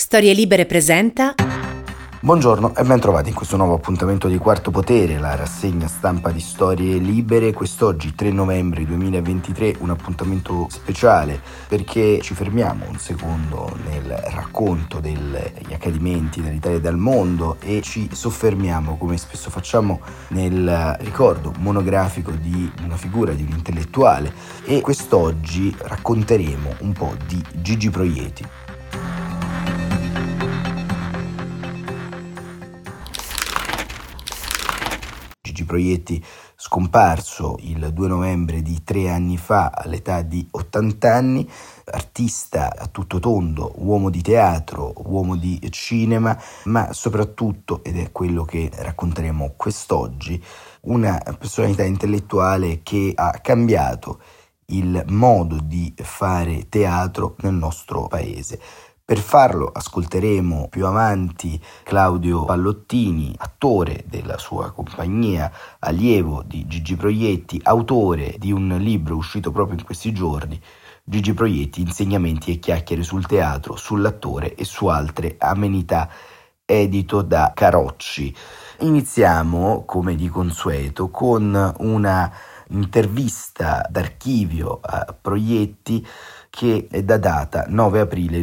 Storie Libere presenta. Buongiorno e ben trovati in questo nuovo appuntamento di Quarto Potere, la rassegna stampa di Storie Libere. Quest'oggi, 3 novembre 2023, un appuntamento speciale perché ci fermiamo un secondo nel racconto degli accadimenti dall'Italia e dal mondo e ci soffermiamo, come spesso facciamo, nel ricordo monografico di una figura, di un intellettuale, e quest'oggi racconteremo un po' di Gigi Proietti. Gigi Proietti, scomparso il 2 novembre di 3 anni fa all'età di 80 anni, artista a tutto tondo, uomo di teatro, uomo di cinema, ma soprattutto, ed è quello che racconteremo quest'oggi, una personalità intellettuale che ha cambiato il modo di fare teatro nel nostro paese. Per farlo ascolteremo più avanti Claudio Pallottini, attore della sua compagnia, allievo di Gigi Proietti, autore di un libro uscito proprio in questi giorni, Gigi Proietti, insegnamenti e chiacchiere sul teatro, sull'attore e su altre amenità, edito da Carocci. Iniziamo, come di consueto, con una intervista d'archivio a Proietti che è datata 9 aprile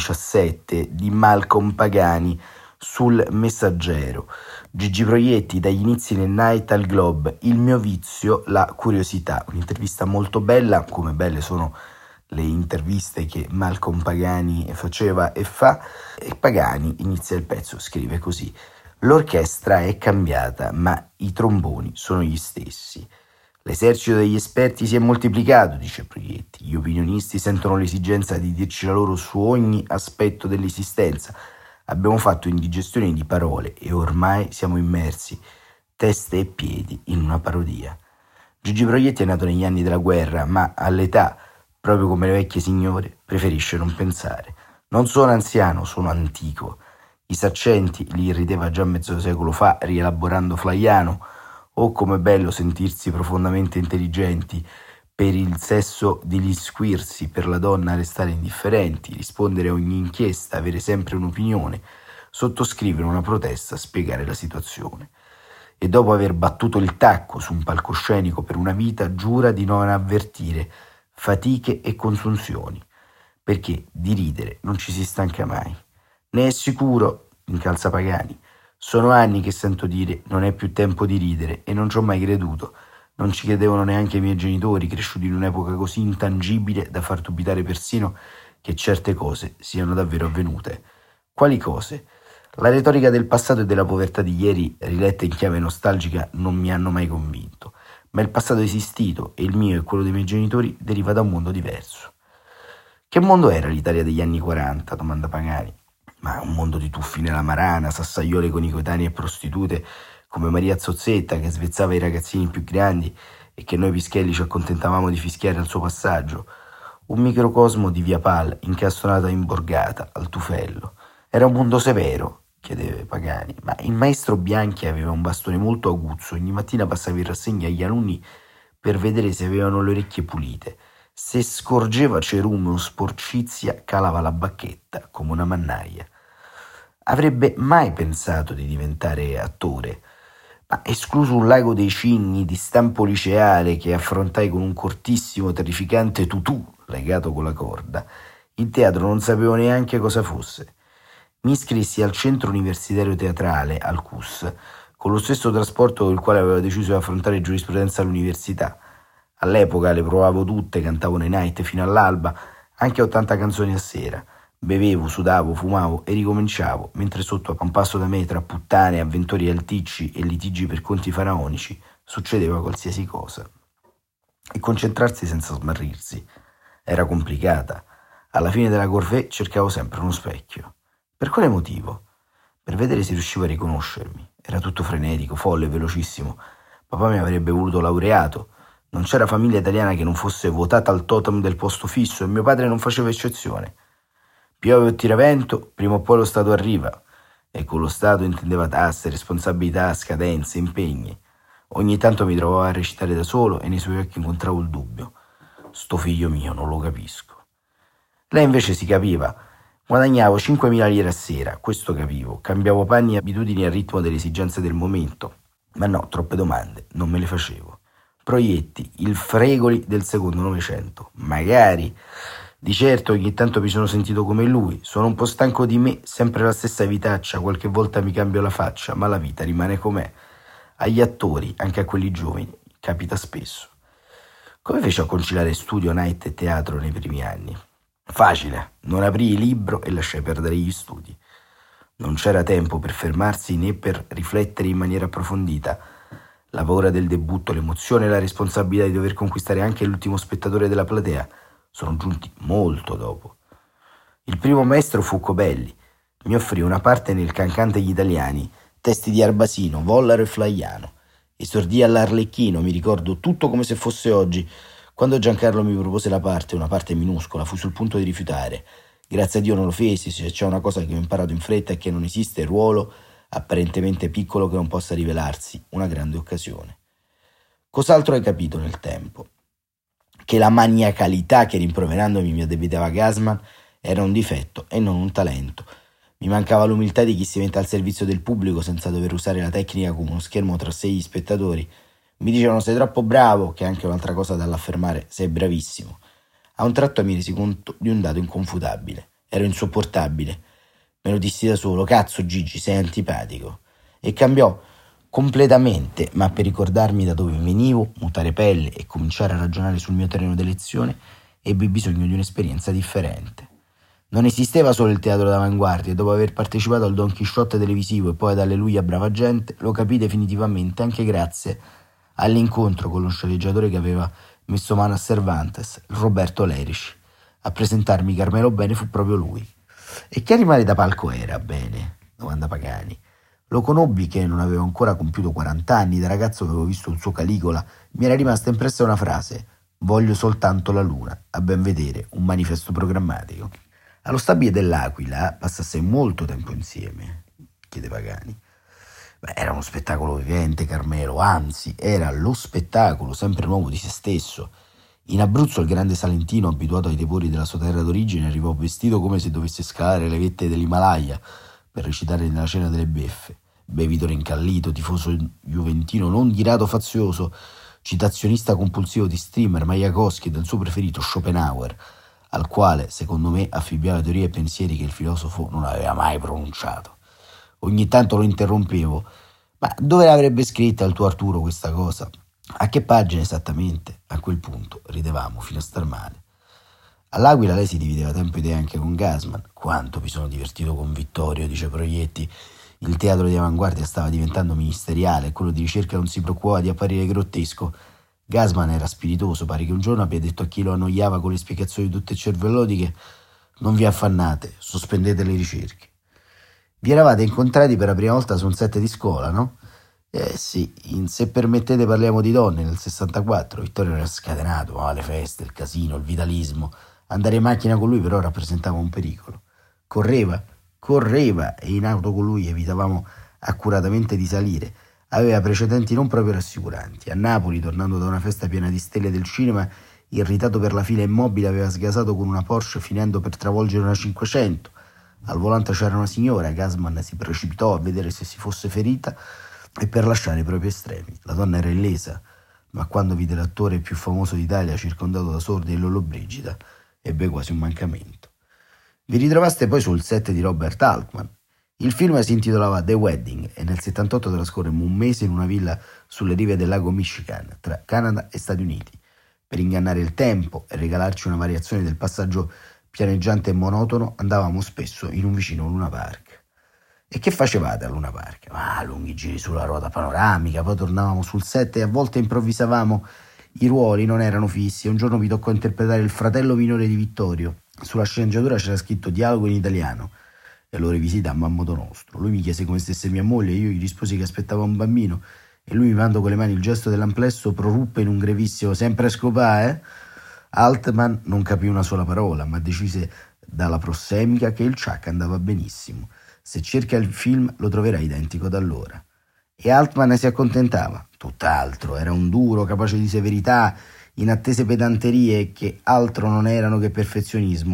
2017 di Malcolm Pagani sul Messaggero. Gigi Proietti, dagli inizi nel Night al Globe, il mio vizio, la curiosità. Un'intervista molto bella, come belle sono le interviste che Malcolm Pagani faceva e fa. E Pagani inizia il pezzo, scrive così: l'orchestra è cambiata, ma i tromboni sono gli stessi. L'esercito degli esperti si è moltiplicato, dice Proietti. Gli opinionisti sentono l'esigenza di dirci la loro su ogni aspetto dell'esistenza. Abbiamo fatto indigestione di parole e ormai siamo immersi, testa e piedi, in una parodia. Gigi Proietti è nato negli anni della guerra, ma all'età, proprio come le vecchie signore, preferisce non pensare. Non sono anziano, sono antico. I saccenti li irrideva già mezzo secolo fa, rielaborando Flaiano. Oh, come bello sentirsi profondamente intelligenti, per il sesso dilisquirsi, per la donna restare indifferenti, rispondere a ogni inchiesta, avere sempre un'opinione, sottoscrivere una protesta, spiegare la situazione. E dopo aver battuto il tacco su un palcoscenico per una vita, giura di non avvertire fatiche e consunzioni, perché di ridere non ci si stanca mai. Ne è sicuro, incalza Pagani. Sono anni che sento dire non è più tempo di ridere e non ci ho mai creduto. Non ci credevano neanche i miei genitori, cresciuti in un'epoca così intangibile da far dubitare persino che certe cose siano davvero avvenute. Quali cose? La retorica del passato e della povertà di ieri, riletta in chiave nostalgica, non mi hanno mai convinto. Ma il passato è esistito e il mio e quello dei miei genitori deriva da un mondo diverso. Che mondo era l'Italia degli anni 40? Domanda Pagani. Ma un mondo di tuffi nella marana, sassaiole con i coetanei e prostitute come Maria Zozzetta che svezzava i ragazzini più grandi e che noi pischelli ci accontentavamo di fischiare al suo passaggio. Un microcosmo di via Pal incastonata in borgata, al tufello. Era un mondo severo, chiedeva Pagani, ma il maestro Bianchi aveva un bastone molto aguzzo, ogni mattina passava in rassegna agli alunni per vedere se avevano le orecchie pulite. Se scorgeva cerume o sporcizia, calava la bacchetta come una mannaia. Avrebbe mai pensato di diventare attore, ma escluso un lago dei cigni di stampo liceale che affrontai con un cortissimo, terrificante tutù legato con la corda, il teatro non sapevo neanche cosa fosse. Mi iscrissi al Centro Universitario Teatrale, al CUS, con lo stesso trasporto con il quale avevo deciso di affrontare giurisprudenza all'università. All'epoca le provavo tutte, cantavo nei night fino all'alba, anche 80 canzoni a sera. Bevevo, sudavo, fumavo e ricominciavo, mentre sotto a un passo da me, tra puttane, avventori alticci e litigi per conti faraonici, succedeva qualsiasi cosa. E concentrarsi senza smarrirsi era complicata. Alla fine della corvée cercavo sempre uno specchio. Per quale motivo? Per vedere se riuscivo a riconoscermi. Era tutto frenetico, folle, velocissimo. Papà mi avrebbe voluto laureato. Non c'era famiglia italiana che non fosse votata al totem del posto fisso e mio padre non faceva eccezione. Piove o tiravento, prima o poi lo Stato arriva. E con lo Stato intendeva tasse, responsabilità, scadenze, impegni. Ogni tanto mi trovavo a recitare da solo e nei suoi occhi incontravo il dubbio. Sto figlio mio, non lo capisco. Lei invece si capiva. Guadagnavo 5.000 lire a sera, questo capivo, cambiavo panni e abitudini al ritmo delle esigenze del momento, ma no, troppe domande, non me le facevo. Proietti, il Fregoli del secondo Novecento, magari. Di certo ogni tanto mi sono sentito come lui, sono un po' stanco di me, sempre la stessa vitaccia, qualche volta mi cambio la faccia, ma la vita rimane com'è. Agli attori, anche a quelli giovani, capita spesso. Come feci a conciliare studio, night e teatro nei primi anni? Facile, non aprii il libro e lasciai perdere gli studi. Non c'era tempo per fermarsi né per riflettere in maniera approfondita. La paura del debutto, l'emozione e la responsabilità di dover conquistare anche l'ultimo spettatore della platea sono giunti molto dopo. Il primo maestro fu Cobelli. Mi offrì una parte nel Cancante gli Italiani, testi di Arbasino, Vollaro e Flaiano. Esordì all'Arlecchino, mi ricordo tutto come se fosse oggi. Quando Giancarlo mi propose la parte, una parte minuscola, fui sul punto di rifiutare. Grazie a Dio non lo fesi, se c'è una cosa che ho imparato in fretta è che non esiste ruolo apparentemente piccolo che non possa rivelarsi una grande occasione. Cos'altro hai capito nel tempo? Che la maniacalità che rimproverandomi mi addebitava Gassman era un difetto e non un talento. Mi mancava l'umiltà di chi si mette al servizio del pubblico senza dover usare la tecnica come uno schermo tra sé e gli spettatori. Mi dicevano sei troppo bravo, che è anche un'altra cosa dall'affermare, sei bravissimo. A un tratto mi resi conto di un dato inconfutabile. Ero insopportabile. Me lo dissi da solo, cazzo Gigi, sei antipatico. E cambiò completamente, ma per ricordarmi da dove venivo, mutare pelle e cominciare a ragionare sul mio terreno d'elezione, ebbi bisogno di un'esperienza differente. Non esisteva solo il teatro d'avanguardia e dopo aver partecipato al Don Chisciotte televisivo e poi ad Alleluia Brava Gente, lo capii definitivamente anche grazie all'incontro con lo sceneggiatore che aveva messo mano a Cervantes, Roberto Lerici. A presentarmi Carmelo Bene fu proprio lui. E che animale da palco era, Bene? Domanda Pagani. Lo conobbi che non avevo ancora compiuto 40 anni, da ragazzo avevo visto un suo Caligola, mi era rimasta impressa una frase: voglio soltanto la luna, a ben vedere, un manifesto programmatico. Allo stabile dell'Aquila passasse molto tempo insieme, chiede Pagani. Beh, era uno spettacolo vivente Carmelo, anzi era lo spettacolo sempre nuovo di se stesso. In Abruzzo il grande Salentino, abituato ai tepori della sua terra d'origine, arrivò vestito come se dovesse scalare le vette dell'Himalaya per recitare nella cena delle beffe. Bevitore incallito, tifoso juventino non di rado fazioso, citazionista compulsivo di Strimmer, Majakovskij e del suo preferito Schopenhauer, al quale, secondo me, affibbiava teorie e pensieri che il filosofo non aveva mai pronunciato. Ogni tanto lo interrompevo. Ma dove l'avrebbe scritta il tuo Arturo questa cosa? A che pagina esattamente? A quel punto ridevamo fino a star male. All'Aquila lei si divideva tempo e idee anche con Gassman. Quanto mi sono divertito con Vittorio, dice Proietti. Il teatro di avanguardia stava diventando ministeriale e quello di ricerca non si preoccupava di apparire grottesco. Gassman era spiritoso, pare che un giorno abbia detto a chi lo annoiava con le spiegazioni tutte cervellotiche: non vi affannate, sospendete le ricerche. Vi eravate incontrati per la prima volta su un set di scuola, no? Sì, Se permettete parliamo di donne, nel 64. Vittorio era scatenato, amava le feste, il casino, il vitalismo. Andare in macchina con lui però rappresentava un pericolo. Correva e in auto con lui evitavamo accuratamente di salire. Aveva precedenti non proprio rassicuranti. A Napoli, tornando da una festa piena di stelle del cinema, irritato per la fila immobile, aveva sgasato con una Porsche finendo per travolgere una 500. Al volante c'era una signora, Gassman si precipitò a vedere se si fosse ferita e per lasciare i propri estremi. La donna era illesa, ma quando vide l'attore più famoso d'Italia circondato da sordi e Lollobrigida, ebbe quasi un mancamento. Vi ritrovaste poi sul set di Robert Altman. Il film si intitolava The Wedding e nel 78 trascorremmo un mese in una villa sulle rive del lago Michigan, tra Canada e Stati Uniti. Per ingannare il tempo e regalarci una variazione del passaggio pianeggiante e monotono, andavamo spesso in un vicino Luna Park. E che facevate a Luna Park? Lunghi giri sulla ruota panoramica, poi tornavamo sul set e a volte improvvisavamo. I ruoli non erano fissi e un giorno mi toccò interpretare il fratello minore di Vittorio. Sulla sceneggiatura c'era scritto dialogo in italiano e lo rivisitammo a modo nostro. Lui mi chiese come stesse mia moglie e io gli risposi che aspettava un bambino e lui, mi mandò con le mani il gesto dell'amplesso, proruppe in un grevissimo sempre scopà, Altman non capì una sola parola, ma decise dalla prossemica che il Chuck andava benissimo. Se cerca il film lo troverà identico da allora. E Altman si accontentava. Tutt'altro, era un duro, capace di severità, inattese pedanterie che altro non erano che perfezionismo.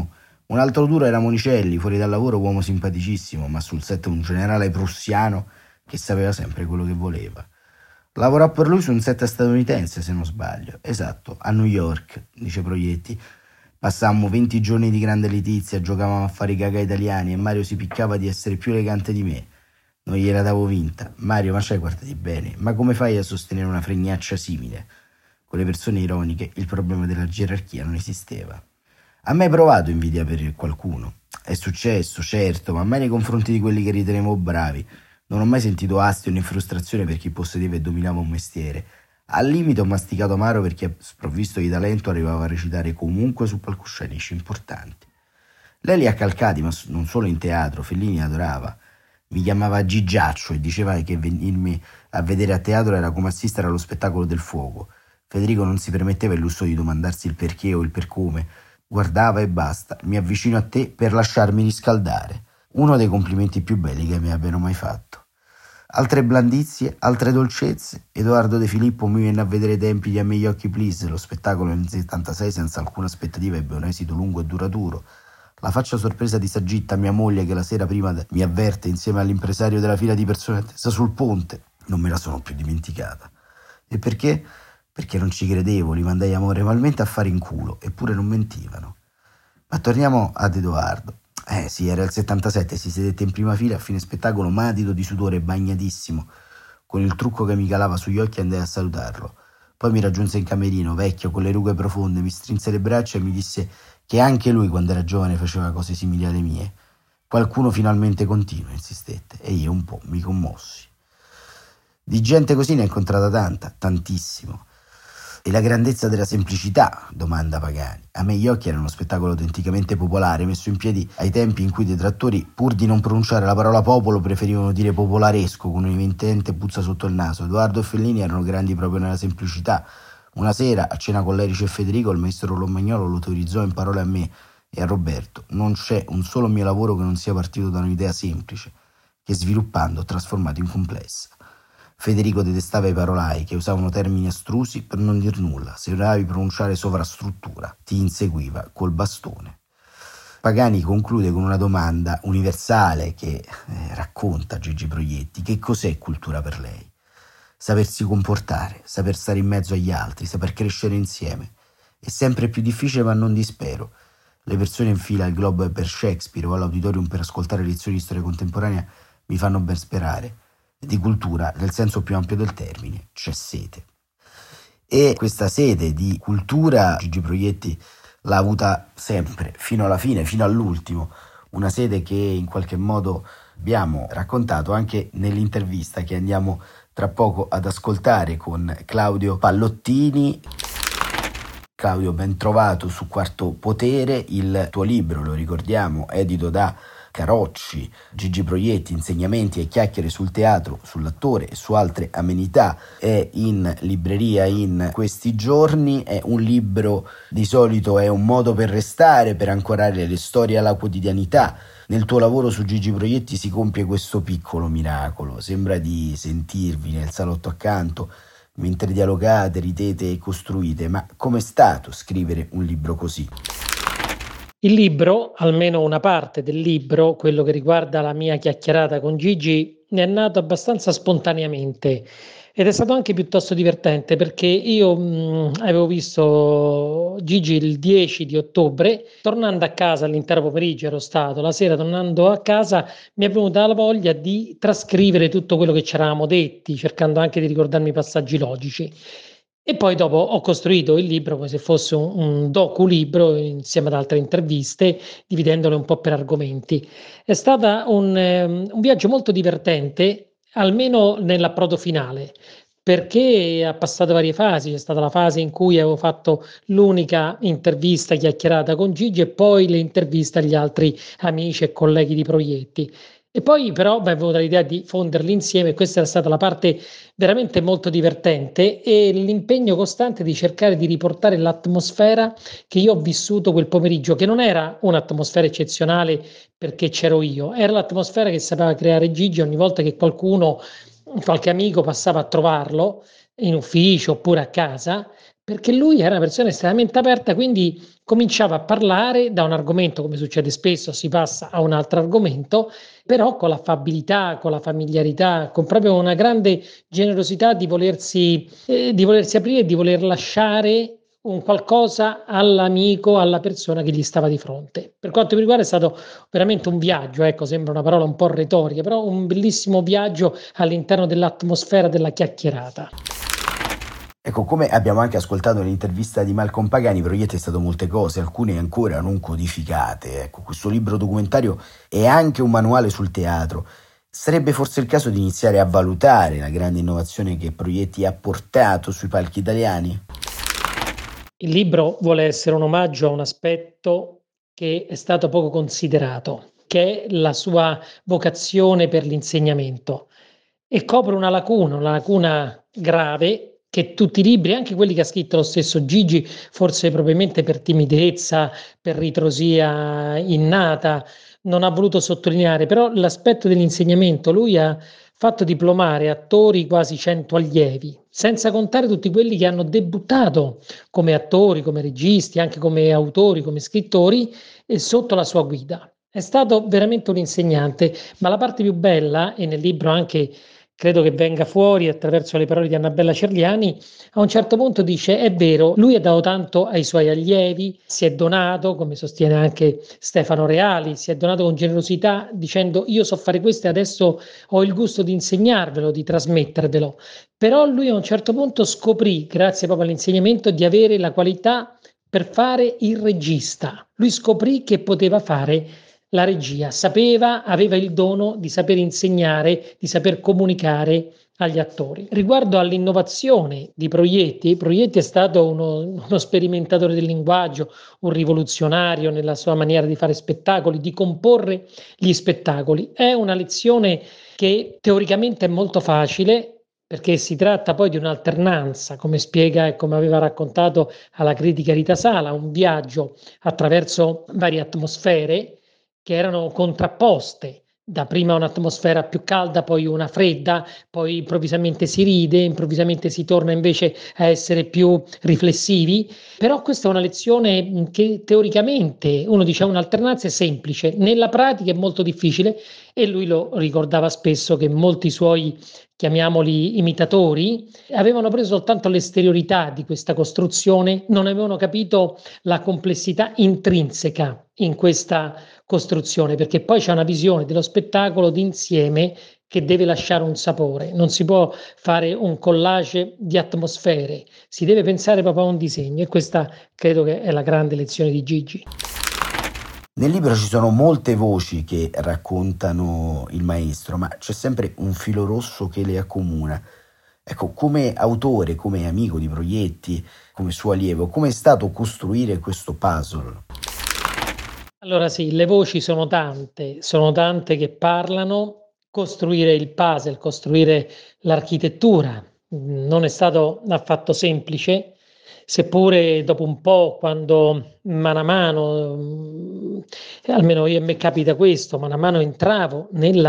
Un altro duro era Monicelli, fuori dal lavoro uomo simpaticissimo, ma sul set un generale prussiano che sapeva sempre quello che voleva. Lavorò per lui su un set statunitense, se non sbaglio. Esatto, a New York, dice Proietti. Passammo 20 giorni di grande letizia, giocavamo a fare i cagà italiani e Mario si piccava di essere più elegante di me. Non gliela davo vinta. Mario, ma sai, guardati bene, ma come fai a sostenere una fregnaccia simile? Con le persone ironiche il problema della gerarchia non esisteva. Ha mai provato invidia per qualcuno? È successo, certo, ma mai nei confronti di quelli che ritenevo bravi. Non ho mai sentito astio né frustrazione per chi possedeva e dominava un mestiere. Al limite ho masticato amaro per chi, sprovvisto di talento, arrivava a recitare comunque su palcoscenici importanti. Lei li ha calcati, ma non solo in teatro. Fellini adorava. Mi chiamava Gigiaccio e diceva che venirmi a vedere a teatro era come assistere allo spettacolo del fuoco. Federico non si permetteva il lusso di domandarsi il perché o il per come. Guardava e basta. Mi avvicino a te per lasciarmi riscaldare. Uno dei complimenti più belli che mi abbiano mai fatto. Altre blandizie, altre dolcezze. Edoardo De Filippo mi venne a vedere i tempi di A me gli occhi please, lo spettacolo nel 76 senza alcuna aspettativa ebbe un esito lungo e duraturo. La faccia sorpresa di Sagitta, mia moglie, che la sera prima mi avverte insieme all'impresario della fila di persone attesa sul ponte, non me la sono più dimenticata. E perché? Perché non ci credevo, li mandai amorevolmente a fare in culo, eppure non mentivano. Ma torniamo ad Edoardo. Sì, era il 77, si sedette in prima fila a fine spettacolo, madido di sudore, bagnatissimo. Con il trucco che mi calava sugli occhi andai a salutarlo. Poi mi raggiunse in camerino, vecchio, con le rughe profonde, mi strinse le braccia e mi disse che anche lui quando era giovane faceva cose simili alle mie. Qualcuno finalmente continua, insistette, e io un po' mi commossi. Di gente così ne ho incontrata tanta, tantissimo. E la grandezza della semplicità, domanda Pagani. A me gli occhi era uno spettacolo autenticamente popolare, messo in piedi ai tempi in cui i detrattori, pur di non pronunciare la parola popolo, preferivano dire popolaresco, con un'evidente puzza sotto il naso. Edoardo e Fellini erano grandi proprio nella semplicità. Una sera, a cena con Lerici e Federico, il maestro Romagnolo lo autorizzò in parole a me e a Roberto. Non c'è un solo mio lavoro che non sia partito da un'idea semplice, che sviluppando ha trasformato in complessa. Federico detestava i parolai che usavano termini astrusi per non dir nulla. Se osavi pronunciare sovrastruttura, ti inseguiva col bastone. Pagani conclude con una domanda universale che racconta Gigi Proietti. Che cos'è cultura per lei? Sapersi comportare, saper stare in mezzo agli altri, saper crescere insieme. È sempre più difficile, ma non dispero. Le persone in fila al Globe per Shakespeare o all'Auditorium per ascoltare lezioni di storia contemporanea mi fanno ben sperare. Di cultura, nel senso più ampio del termine, c'è sete. E questa sete di cultura Gigi Proietti l'ha avuta sempre, fino alla fine, fino all'ultimo. Una sete che in qualche modo abbiamo raccontato anche nell'intervista che andiamo tra poco ad ascoltare con Claudio Pallottini. Claudio, ben trovato su Quarto Potere, il tuo libro, lo ricordiamo, edito da Carocci, Gigi Proietti, insegnamenti e chiacchiere sul teatro, sull'attore e su altre amenità, è in libreria in questi giorni. È un libro, di solito è un modo per restare, per ancorare le storie alla quotidianità. Nel tuo lavoro su Gigi Proietti si compie questo piccolo miracolo, sembra di sentirvi nel salotto accanto, mentre dialogate, ridete e costruite, ma com'è stato scrivere un libro così? Il libro, almeno una parte del libro, quello che riguarda la mia chiacchierata con Gigi, è nato abbastanza spontaneamente ed è stato anche piuttosto divertente perché io avevo visto Gigi il 10 di ottobre, tornando a casa all'intero pomeriggio ero stato, la sera tornando a casa mi è venuta la voglia di trascrivere tutto quello che ci eravamo detti, cercando anche di ricordarmi i passaggi logici. E poi dopo ho costruito il libro come se fosse un docu-libro insieme ad altre interviste, dividendole un po' per argomenti. È stata un viaggio molto divertente, almeno nell'approdo finale, perché ha passato varie fasi. C'è stata la fase in cui avevo fatto l'unica intervista chiacchierata con Gigi e poi le interviste agli altri amici e colleghi di Proietti. E poi però mi è venuta l'idea di fonderli insieme e questa è stata la parte veramente molto divertente e l'impegno costante di cercare di riportare l'atmosfera che io ho vissuto quel pomeriggio, che non era un'atmosfera eccezionale perché c'ero io, era l'atmosfera che sapeva creare Gigi ogni volta che qualcuno, qualche amico passava a trovarlo in ufficio oppure a casa, perché lui era una persona estremamente aperta, quindi cominciava a parlare da un argomento, come succede spesso, si passa a un altro argomento, però con l'affabilità, con la familiarità, con proprio una grande generosità di volersi aprire e di voler lasciare un qualcosa all'amico, alla persona che gli stava di fronte. Per quanto mi riguarda è stato veramente un viaggio, ecco, sembra una parola un po' retorica, però un bellissimo viaggio all'interno dell'atmosfera della chiacchierata. Ecco, come abbiamo anche ascoltato nell'intervista di Malcolm Pagani, Proietti è stato molte cose, alcune ancora non codificate. Ecco, questo libro documentario è anche un manuale sul teatro. Sarebbe forse il caso di iniziare a valutare la grande innovazione che Proietti ha portato sui palchi italiani? Il libro vuole essere un omaggio a un aspetto che è stato poco considerato, che è la sua vocazione per l'insegnamento e copre una lacuna grave che tutti i libri, anche quelli che ha scritto lo stesso Gigi, forse probabilmente per timidezza, per ritrosia innata, non ha voluto sottolineare, però l'aspetto dell'insegnamento lui ha fatto diplomare attori quasi 100 allievi, senza contare tutti quelli che hanno debuttato come attori, come registi, anche come autori, come scrittori, sotto la sua guida. È stato veramente un insegnante, ma la parte più bella, e nel libro anche credo che venga fuori attraverso le parole di Annabella Cerliani, a un certo punto dice: è vero, lui ha dato tanto ai suoi allievi, si è donato, come sostiene anche Stefano Reali, si è donato con generosità dicendo: io so fare questo e adesso ho il gusto di insegnarvelo, di trasmettervelo. Però lui a un certo punto scoprì, grazie proprio all'insegnamento, di avere la qualità per fare il regista. Lui scoprì che poteva fare la regia, aveva il dono di saper insegnare, di saper comunicare agli attori. Riguardo all'innovazione di Proietti, Proietti è stato uno sperimentatore del linguaggio, un rivoluzionario nella sua maniera di fare spettacoli, di comporre gli spettacoli. È una lezione che teoricamente è molto facile, perché si tratta poi di un'alternanza, come spiega e come aveva raccontato alla critica Rita Sala, un viaggio attraverso varie atmosfere che erano contrapposte. Da prima un'atmosfera più calda, poi una fredda, poi improvvisamente si ride, improvvisamente si torna invece a essere più riflessivi. Però questa è una lezione che teoricamente uno dice un'alternanza è semplice, nella pratica è molto difficile e lui lo ricordava spesso che molti suoi, chiamiamoli imitatori, avevano preso soltanto l'esteriorità di questa costruzione, non avevano capito la complessità intrinseca in questa costruzione, perché poi c'è una visione dello spettacolo d'insieme che deve lasciare un sapore, non si può fare un collage di atmosfere, si deve pensare proprio a un disegno e questa credo che è la grande lezione di Gigi. Nel libro ci sono molte voci che raccontano il maestro, ma c'è sempre un filo rosso che le accomuna. Ecco, come autore, come amico di Proietti, come suo allievo, come è stato costruire questo puzzle? Allora sì, le voci sono tante che parlano, costruire il puzzle, costruire l'architettura, non è stato affatto semplice, seppure dopo un po', quando mano a mano, almeno io a me capita questo, mano a mano entravo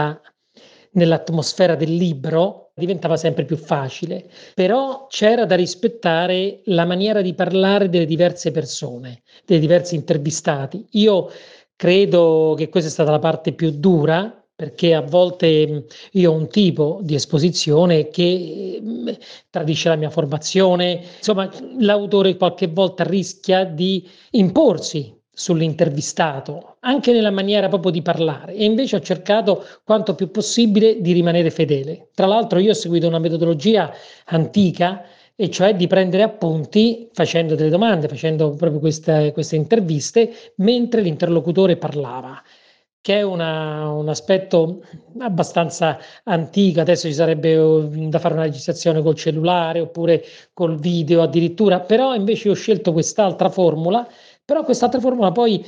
nell'atmosfera del libro, diventava sempre più facile, però c'era da rispettare la maniera di parlare delle diverse persone, dei diversi intervistati. Io credo che questa è stata la parte più dura, perché a volte io ho un tipo di esposizione che tradisce la mia formazione, insomma, l'autore qualche volta rischia di imporsi sull'intervistato, anche nella maniera proprio di parlare, e invece ho cercato quanto più possibile di rimanere fedele. Tra l'altro io ho seguito una metodologia antica, e cioè di prendere appunti facendo delle domande, facendo proprio queste interviste mentre l'interlocutore parlava, che è un aspetto abbastanza antico. Adesso ci sarebbe da fare una registrazione col cellulare oppure col video addirittura, però invece io ho scelto quest'altra formula. Però quest'altra formula poi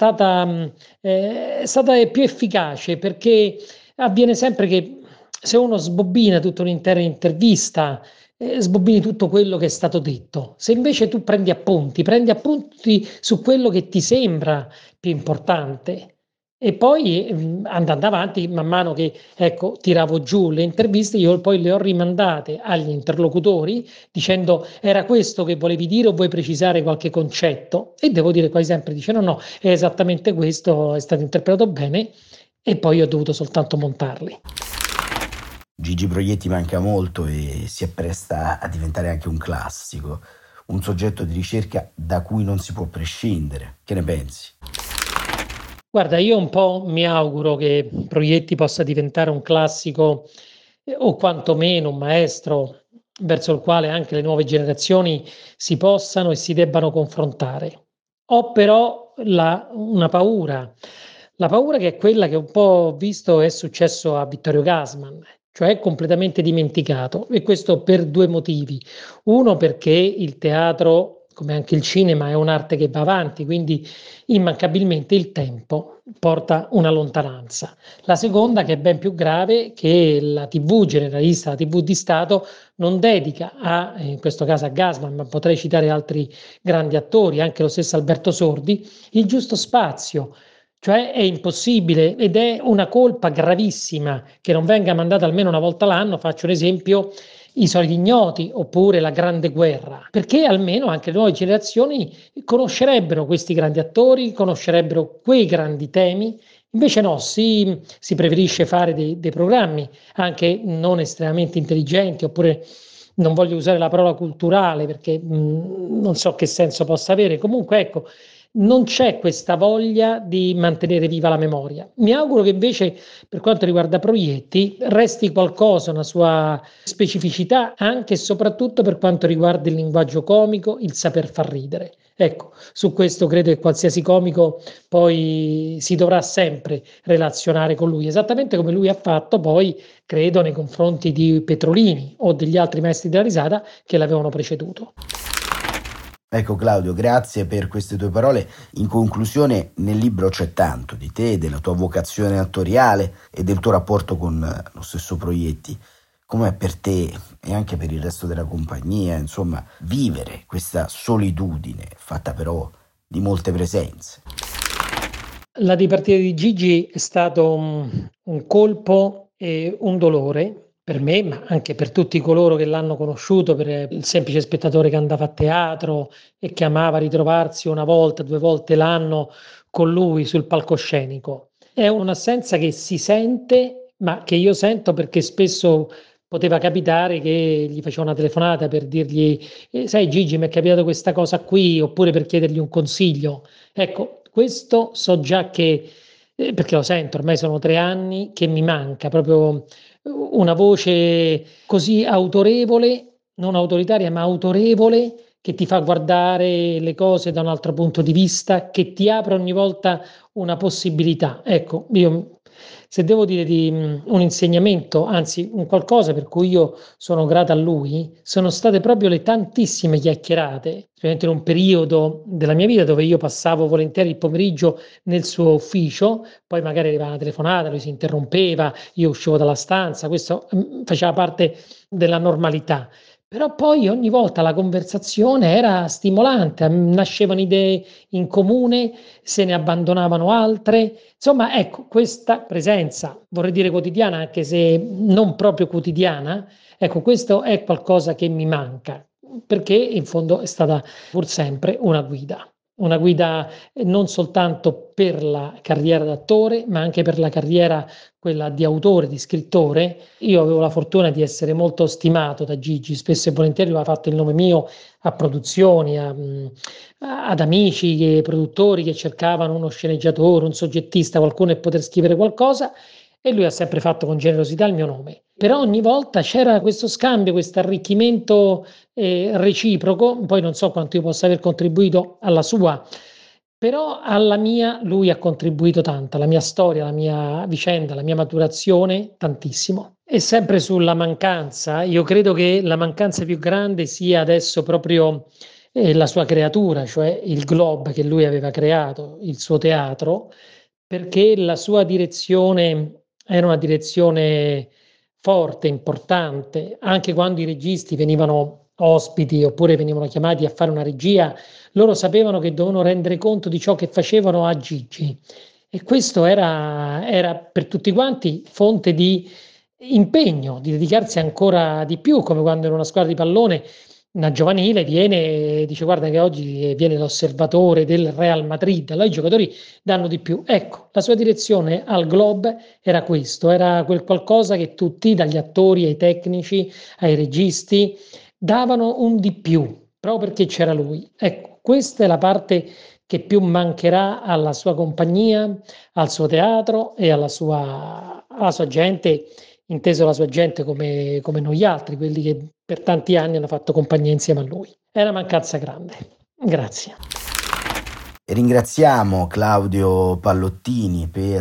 è stata più efficace perché avviene sempre che se uno sbobbina tutta un'intera intervista, sbobbini tutto quello che è stato detto. Se invece tu prendi appunti su quello che ti sembra più importante, E poi, andando avanti, man mano che, ecco, tiravo giù le interviste, io poi le ho rimandate agli interlocutori dicendo: "Era questo che volevi dire o vuoi precisare qualche concetto?" E devo dire quasi sempre dice: "No, no, è esattamente questo, è stato interpretato bene", e poi ho dovuto soltanto montarli. Gigi Proietti manca molto e si appresta a diventare anche un classico, un soggetto di ricerca da cui non si può prescindere. Che ne pensi? Guarda, io un po' mi auguro che Proietti possa diventare un classico, o quantomeno un maestro verso il quale anche le nuove generazioni si possano e si debbano confrontare. Ho però la paura che è quella che un po' ho visto è successo a Vittorio Gassman, cioè è completamente dimenticato, e questo per 2 motivi. Uno, perché il teatro, come anche il cinema, è un'arte che va avanti, quindi immancabilmente il tempo porta una lontananza. La seconda, che è ben più grave, che la TV generalista, la TV di Stato, non dedica in questo caso a Gassman, ma potrei citare altri grandi attori, anche lo stesso Alberto Sordi, il giusto spazio. Cioè è impossibile ed è una colpa gravissima che non venga mandata almeno una volta l'anno. Faccio un esempio: I soliti ignoti oppure La grande guerra, perché almeno anche le nuove generazioni conoscerebbero questi grandi attori, conoscerebbero quei grandi temi. Invece no, si preferisce fare dei programmi anche non estremamente intelligenti, oppure non voglio usare la parola culturale perché non so che senso possa avere. Comunque ecco, non c'è questa voglia di mantenere viva la memoria. Mi auguro che invece, per quanto riguarda Proietti, resti qualcosa, una sua specificità, anche e soprattutto per quanto riguarda il linguaggio comico, il saper far ridere. Ecco, su questo credo che qualsiasi comico poi si dovrà sempre relazionare con lui, esattamente come lui ha fatto poi, credo, nei confronti di Petrolini o degli altri maestri della risata che l'avevano preceduto. Ecco Claudio, grazie per queste tue parole. In conclusione, nel libro c'è tanto di te, della tua vocazione attoriale e del tuo rapporto con lo stesso Proietti. Com'è per te e anche per il resto della compagnia, insomma, vivere questa solitudine fatta però di molte presenze? La dipartita di Gigi è stato un colpo e un dolore per me, ma anche per tutti coloro che l'hanno conosciuto, per il semplice spettatore che andava a teatro e che amava ritrovarsi 1 volta, 2 volte l'anno con lui sul palcoscenico. È un'assenza che si sente, ma che io sento perché spesso poteva capitare che gli facevo una telefonata per dirgli: sai Gigi, m'è capitato questa cosa qui", oppure per chiedergli un consiglio. Ecco, questo so già che perché lo sento, ormai sono 3 anni che mi manca proprio una voce così autorevole, non autoritaria, ma autorevole, che ti fa guardare le cose da un altro punto di vista, che ti apre ogni volta una possibilità. Ecco, io se devo dire un insegnamento, anzi un qualcosa per cui io sono grata a lui, sono state proprio le tantissime chiacchierate, specialmente in un periodo della mia vita dove io passavo volentieri il pomeriggio nel suo ufficio, poi magari arrivava una telefonata, lui si interrompeva, io uscivo dalla stanza, questo, faceva parte della normalità. Però poi ogni volta la conversazione era stimolante, nascevano idee in comune, se ne abbandonavano altre. Insomma, ecco, questa presenza, vorrei dire quotidiana, anche se non proprio quotidiana, ecco, questo è qualcosa che mi manca, perché in fondo è stata pur sempre una guida non soltanto per la carriera d'attore, ma anche per la carriera quella di autore, di scrittore. Io avevo la fortuna di essere molto stimato da Gigi, spesso e volentieri aveva fatto il nome mio a produzioni, ad amici, produttori che cercavano uno sceneggiatore, un soggettista, qualcuno per poter scrivere qualcosa, e lui ha sempre fatto con generosità il mio nome. Però ogni volta c'era questo scambio, questo arricchimento reciproco, poi non so quanto io possa aver contribuito alla sua, però alla mia lui ha contribuito tanto, alla mia storia, alla mia vicenda, alla mia maturazione tantissimo. E sempre sulla mancanza, io credo che la mancanza più grande sia adesso proprio la sua creatura, cioè il Globe che lui aveva creato, il suo teatro, perché la sua direzione era una direzione forte, importante, anche quando i registi venivano ospiti oppure venivano chiamati a fare una regia, loro sapevano che dovevano rendere conto di ciò che facevano a Gigi. e questo era per tutti quanti fonte di impegno, di dedicarsi ancora di più, come quando in una squadra di pallone una giovanile viene e dice: "Guarda che oggi viene l'osservatore del Real Madrid", allora i giocatori danno di più. Ecco, la sua direzione al Globe era questo, era quel qualcosa che tutti, dagli attori ai tecnici, ai registi, davano un di più, proprio perché c'era lui. Ecco, questa è la parte che più mancherà alla sua compagnia, al suo teatro e alla sua gente, inteso la sua gente come noi altri, quelli che per tanti anni hanno fatto compagnia insieme a lui. È una mancanza grande. Grazie. E ringraziamo Claudio Pallottini per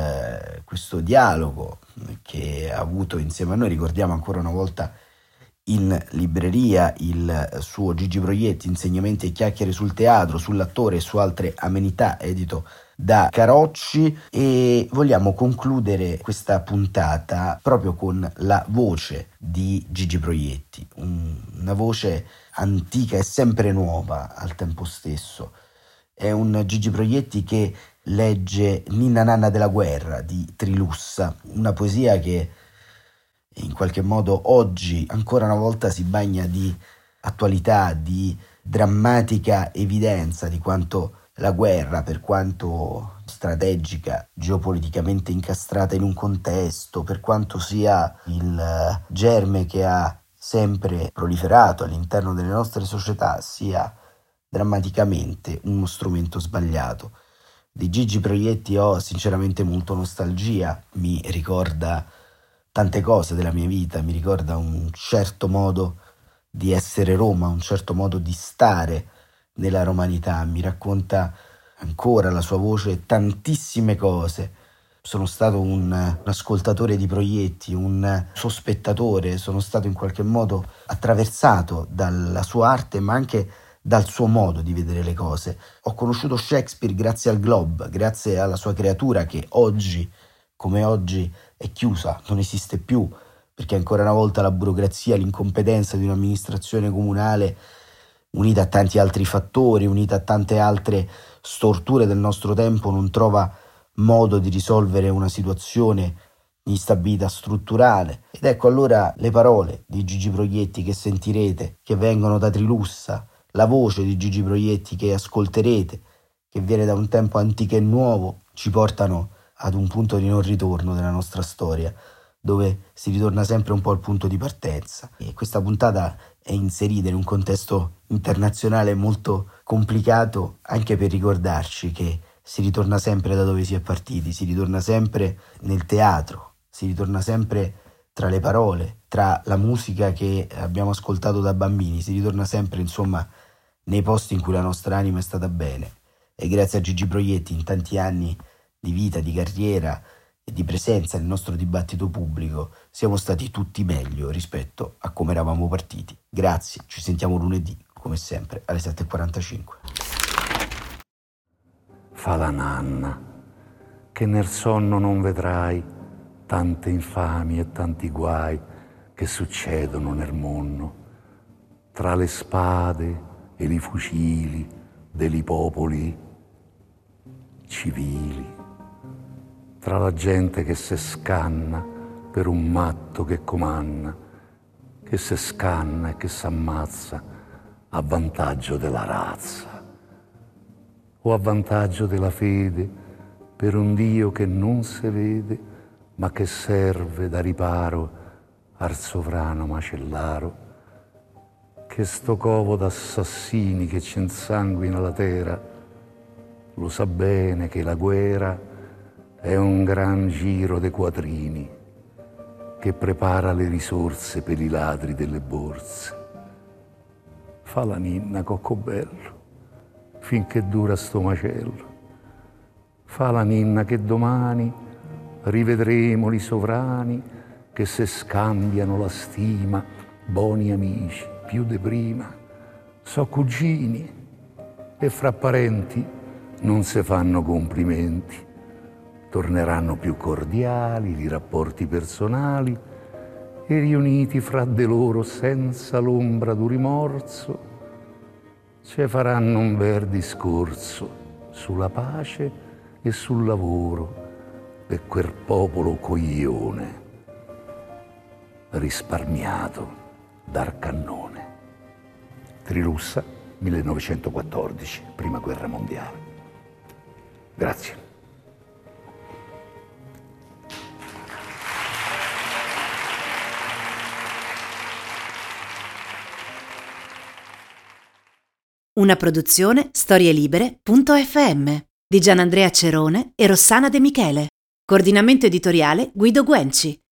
questo dialogo che ha avuto insieme a noi. Ricordiamo ancora una volta in libreria il suo Gigi Proietti, Insegnamenti e chiacchiere sul teatro, sull'attore e su altre amenità, edito da Carocci, e vogliamo concludere questa puntata proprio con la voce di Gigi Proietti, una voce antica e sempre nuova al tempo stesso. È un Gigi Proietti che legge Ninna Nanna della guerra di Trilussa, una poesia che in qualche modo oggi ancora una volta si bagna di attualità, di drammatica evidenza di quanto la guerra, per quanto strategica, geopoliticamente incastrata in un contesto, per quanto sia il germe che ha sempre proliferato all'interno delle nostre società, sia drammaticamente uno strumento sbagliato. Di Gigi Proietti ho sinceramente molto nostalgia, mi ricorda tante cose della mia vita, mi ricorda un certo modo di essere Roma, un certo modo di stare nella romanità, mi racconta ancora la sua voce tantissime cose. Sono stato un ascoltatore di Proietti, un suo spettatore, sono stato in qualche modo attraversato dalla sua arte, ma anche dal suo modo di vedere le cose. Ho conosciuto Shakespeare grazie al Globe, grazie alla sua creatura che oggi, come oggi, è chiusa, non esiste più, perché ancora una volta la burocrazia, l'incompetenza di un'amministrazione comunale, unita a tanti altri fattori, unita a tante altre storture del nostro tempo, non trova modo di risolvere una situazione di instabilità strutturale. Ed ecco allora le parole di Gigi Proietti che sentirete, che vengono da Trilussa, la voce di Gigi Proietti che ascolterete, che viene da un tempo antico e nuovo, ci portano ad un punto di non ritorno della nostra storia, dove si ritorna sempre un po' al punto di partenza. E questa puntata è inserita in un contesto internazionale molto complicato, anche per ricordarci che si ritorna sempre da dove si è partiti, si ritorna sempre nel teatro, si ritorna sempre tra le parole, tra la musica che abbiamo ascoltato da bambini, si ritorna sempre, insomma, nei posti in cui la nostra anima è stata bene. E grazie a Gigi Proietti, in tanti anni di vita, di carriera e di presenza nel nostro dibattito pubblico, siamo stati tutti meglio rispetto a come eravamo partiti. Grazie, ci sentiamo lunedì, come sempre, alle 7:45. Fa la nanna, che nel sonno non vedrai tante infamie e tanti guai che succedono nel mondo, tra le spade e i fucili dei popoli civili, tra la gente che se scanna per un matto che comanna, che se scanna e che s'ammazza a vantaggio della razza o a vantaggio della fede per un Dio che non si vede ma che serve da riparo al sovrano macellaro, che sto covo d'assassini che ci insanguina la terra lo sa bene che la guerra è un gran giro de quattrini che prepara le risorse per i ladri delle borse. Fa la ninna, coccobello, finché dura sto macello. Fa la ninna che domani rivedremo li sovrani che se scambiano la stima, buoni amici, più de prima. So cugini e fra parenti non se fanno complimenti. Torneranno più cordiali i rapporti personali e riuniti fra de loro senza l'ombra d'un rimorso, ce faranno un bel discorso sulla pace e sul lavoro per quel popolo coglione risparmiato dal cannone. Trilussa, 1914, Prima Guerra Mondiale. Grazie. Una produzione storielibere.fm di Gianandrea Cerone e Rossana De Michele. Coordinamento editoriale Guido Guenci.